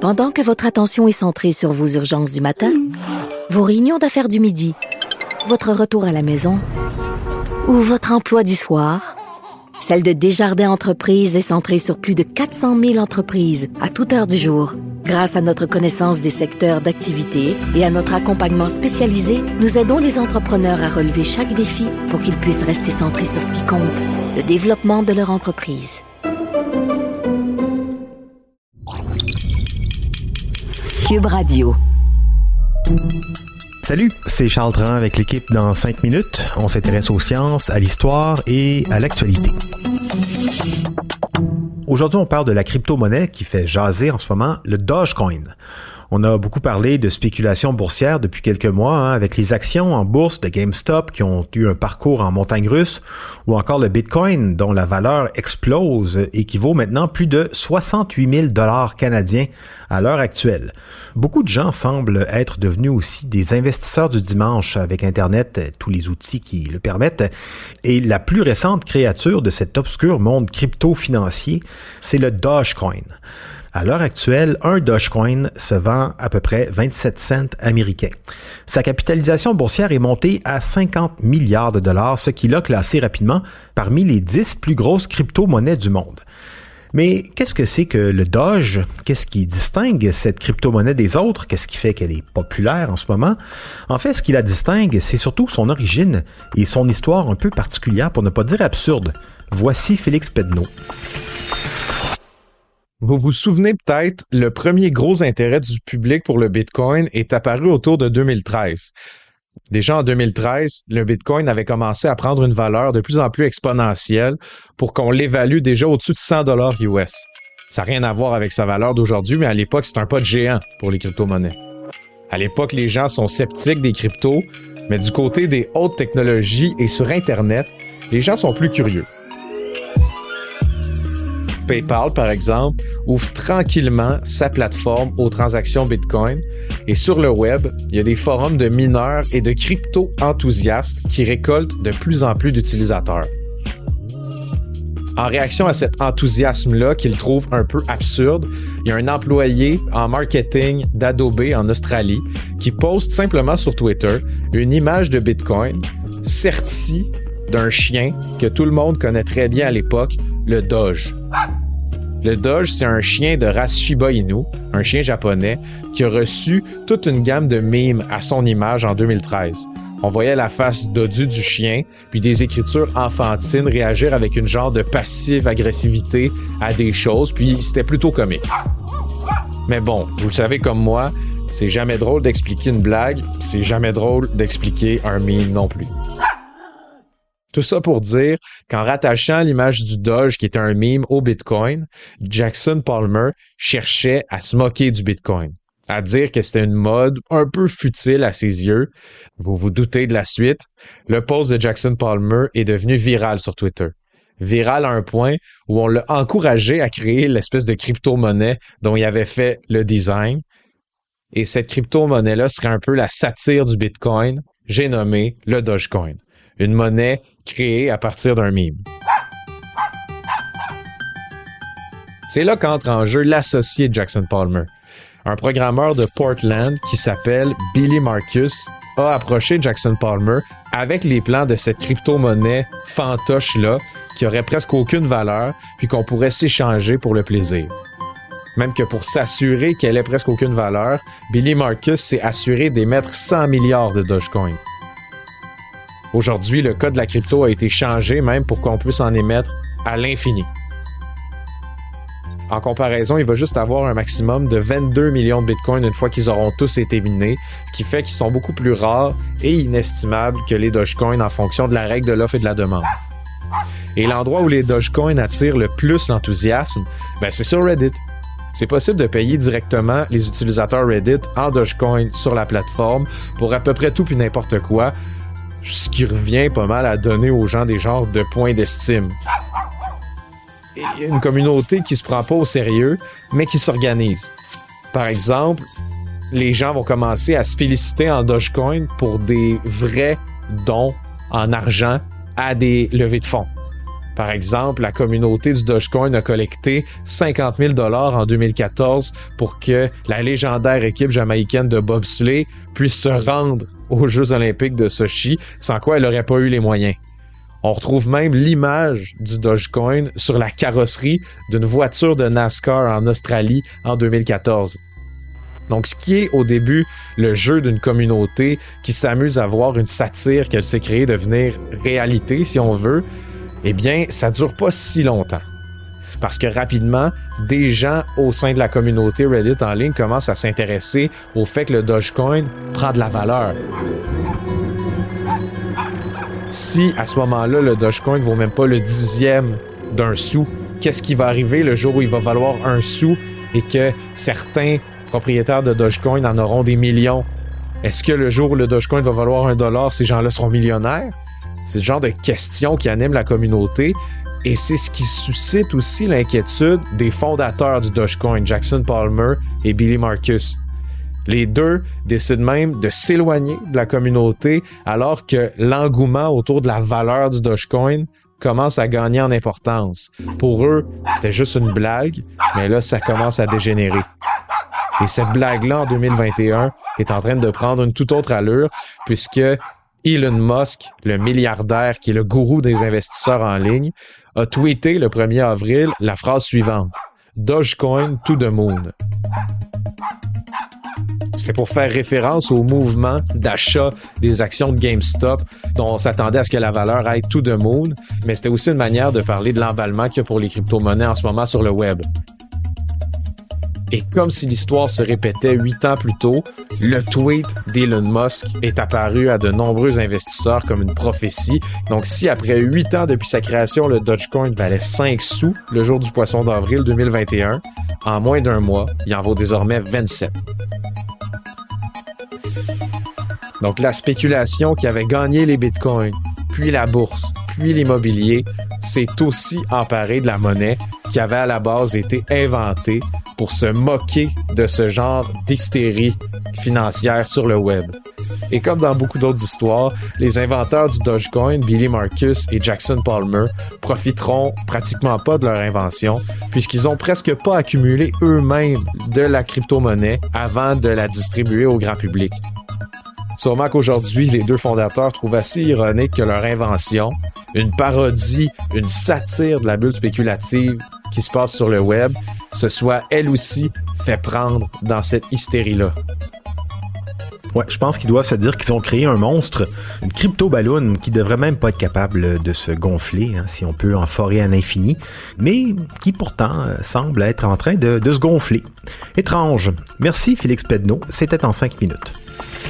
Pendant que votre attention est centrée sur vos urgences du matin, vos réunions d'affaires du midi, votre retour à la maison ou votre emploi du soir, celle de Desjardins Entreprises est centrée sur plus de 400 000 entreprises à toute heure du jour. Grâce à notre connaissance des secteurs d'activité et à notre accompagnement spécialisé, nous aidons les entrepreneurs à relever chaque défi pour qu'ils puissent rester centrés sur ce qui compte, le développement de leur entreprise. Cube Radio. Salut, c'est Charles Dran avec l'équipe dans 5 minutes. On s'intéresse aux sciences, à l'histoire et à l'actualité. Aujourd'hui, on parle de la crypto-monnaie qui fait jaser en ce moment, le Dogecoin. On a beaucoup parlé de spéculation boursière depuis quelques mois, avec les actions en bourse de GameStop qui ont eu un parcours en montagne russe, ou encore le Bitcoin dont la valeur explose et qui vaut maintenant plus de 68 000 $ canadiens à l'heure actuelle. Beaucoup de gens semblent être devenus aussi des investisseurs du dimanche avec Internet, tous les outils qui le permettent. Et la plus récente créature de cet obscur monde crypto-financier, c'est le Dogecoin. À l'heure actuelle, un Dogecoin se vend à peu près 27 cents américains. Sa capitalisation boursière est montée à 50 milliards de dollars, ce qui l'a classé rapidement parmi les 10 plus grosses crypto-monnaies du monde. Mais qu'est-ce que c'est que le Doge? Qu'est-ce qui distingue cette crypto-monnaie des autres? Qu'est-ce qui fait qu'elle est populaire en ce moment? En fait, ce qui la distingue, c'est surtout son origine et son histoire un peu particulière, pour ne pas dire absurde. Voici Félix Pedneau. Vous vous souvenez peut-être, le premier gros intérêt du public pour le Bitcoin est apparu autour de 2013. Déjà en 2013, le Bitcoin avait commencé à prendre une valeur de plus en plus exponentielle pour qu'on l'évalue déjà au-dessus de 100 $ US. Ça n'a rien à voir avec sa valeur d'aujourd'hui, mais à l'époque, c'est un pas de géant pour les crypto-monnaies. À l'époque, les gens sont sceptiques des cryptos, mais du côté des hautes technologies et sur Internet, les gens sont plus curieux. PayPal, par exemple, ouvre tranquillement sa plateforme aux transactions Bitcoin. Et sur le web, il y a des forums de mineurs et de crypto-enthousiastes qui récoltent de plus en plus d'utilisateurs. En réaction à cet enthousiasme-là qu'ils trouvent un peu absurde, il y a un employé en marketing d'Adobe en Australie qui poste simplement sur Twitter une image de Bitcoin sertie d'un chien que tout le monde connaît très bien à l'époque, le Doge. Le Doge, c'est un chien de race Shiba Inu, un chien japonais, qui a reçu toute une gamme de mimes à son image en 2013. On voyait la face dodue du chien, puis des écritures enfantines réagir avec une genre de passive agressivité à des choses, puis c'était plutôt comique. Mais bon, vous le savez comme moi, c'est jamais drôle d'expliquer une blague, c'est jamais drôle d'expliquer un mime non plus. Tout ça pour dire qu'en rattachant l'image du Doge, qui était un meme, au Bitcoin, Jackson Palmer cherchait à se moquer du Bitcoin, à dire que c'était une mode un peu futile à ses yeux. Vous vous doutez de la suite. Le post de Jackson Palmer est devenu viral sur Twitter. Viral à un point où on l'a encouragé à créer l'espèce de crypto-monnaie dont il avait fait le design. Et cette crypto-monnaie-là serait un peu la satire du Bitcoin. J'ai nommé le Dogecoin. Une monnaie créée à partir d'un meme. C'est là qu'entre en jeu l'associé de Jackson Palmer. Un programmeur de Portland qui s'appelle Billy Marcus a approché Jackson Palmer avec les plans de cette crypto-monnaie fantoche-là qui aurait presque aucune valeur puis qu'on pourrait s'échanger pour le plaisir. Même que pour s'assurer qu'elle ait presque aucune valeur, Billy Marcus s'est assuré d'émettre 100 milliards de Dogecoin. Aujourd'hui, le code de la crypto a été changé même pour qu'on puisse en émettre à l'infini. En comparaison, il va juste avoir un maximum de 22 millions de bitcoins une fois qu'ils auront tous été minés, ce qui fait qu'ils sont beaucoup plus rares et inestimables que les Dogecoins en fonction de la règle de l'offre et de la demande. Et l'endroit où les Dogecoins attirent le plus l'enthousiasme, c'est sur Reddit. C'est possible de payer directement les utilisateurs Reddit en Dogecoin sur la plateforme pour à peu près tout puis n'importe quoi, ce qui revient pas mal à donner aux gens des genres de points d'estime. Et une communauté qui se prend pas au sérieux, mais qui s'organise. Par exemple, les gens vont commencer à se féliciter en Dogecoin pour des vrais dons en argent à des levées de fonds. Par exemple, la communauté du Dogecoin a collecté 50 000 $ en 2014 pour que la légendaire équipe jamaïcaine de bobsleigh puisse se rendre aux Jeux olympiques de Sochi, sans quoi elle n'aurait pas eu les moyens. On retrouve même l'image du Dogecoin sur la carrosserie d'une voiture de NASCAR en Australie en 2014. Donc, ce qui est au début le jeu d'une communauté qui s'amuse à voir une satire qu'elle s'est créée devenir réalité, si on veut, eh bien, ça dure pas si longtemps. Parce que rapidement, des gens au sein de la communauté Reddit en ligne commencent à s'intéresser au fait que le Dogecoin prend de la valeur. Si, à ce moment-là, le Dogecoin ne vaut même pas le 10e d'un sou, qu'est-ce qui va arriver le jour où il va valoir 1 sou et que certains propriétaires de Dogecoin en auront des millions? Est-ce que le jour où le Dogecoin va valoir $1, ces gens-là seront millionnaires? C'est le genre de questions qui animent la communauté et c'est ce qui suscite aussi l'inquiétude des fondateurs du Dogecoin, Jackson Palmer et Billy Marcus. Les deux décident même de s'éloigner de la communauté alors que l'engouement autour de la valeur du Dogecoin commence à gagner en importance. Pour eux, c'était juste une blague, mais là, ça commence à dégénérer. Et cette blague-là, en 2021, est en train de prendre une toute autre allure puisque Elon Musk, le milliardaire qui est le gourou des investisseurs en ligne, a tweeté le 1er avril la phrase suivante: « Dogecoin to the moon ». C'est pour faire référence au mouvement d'achat des actions de GameStop dont on s'attendait à ce que la valeur aille to the moon, mais c'était aussi une manière de parler de l'emballement qu'il y a pour les crypto-monnaies en ce moment sur le web. Et comme si l'histoire se répétait 8 ans plus tôt, le tweet d'Elon Musk est apparu à de nombreux investisseurs comme une prophétie. Donc si après 8 ans depuis sa création, le Dogecoin valait 5 sous le jour du poisson d'avril 2021, en moins d'un mois, il en vaut désormais 27. Donc la spéculation qui avait gagné les bitcoins, puis la bourse, puis l'immobilier, s'est aussi emparée de la monnaie qui avait à la base été inventée pour se moquer de ce genre d'hystérie financière sur le web. Et comme dans beaucoup d'autres histoires, les inventeurs du Dogecoin, Billy Marcus et Jackson Palmer, profiteront pratiquement pas de leur invention puisqu'ils ont presque pas accumulé eux-mêmes de la crypto-monnaie avant de la distribuer au grand public. Sûrement qu'aujourd'hui, les deux fondateurs trouvent assez ironique que leur invention, une parodie, une satire de la bulle spéculative qui se passe sur le web, se soit elle aussi fait prendre dans cette hystérie-là. Ouais, je pense qu'ils doivent se dire qu'ils ont créé un monstre, une crypto-balloon qui devrait même pas être capable de se gonfler, hein, si on peut en forer à l'infini, mais qui pourtant semble être en train de se gonfler. Étrange. Merci Félix Pedneau, c'était en 5 minutes.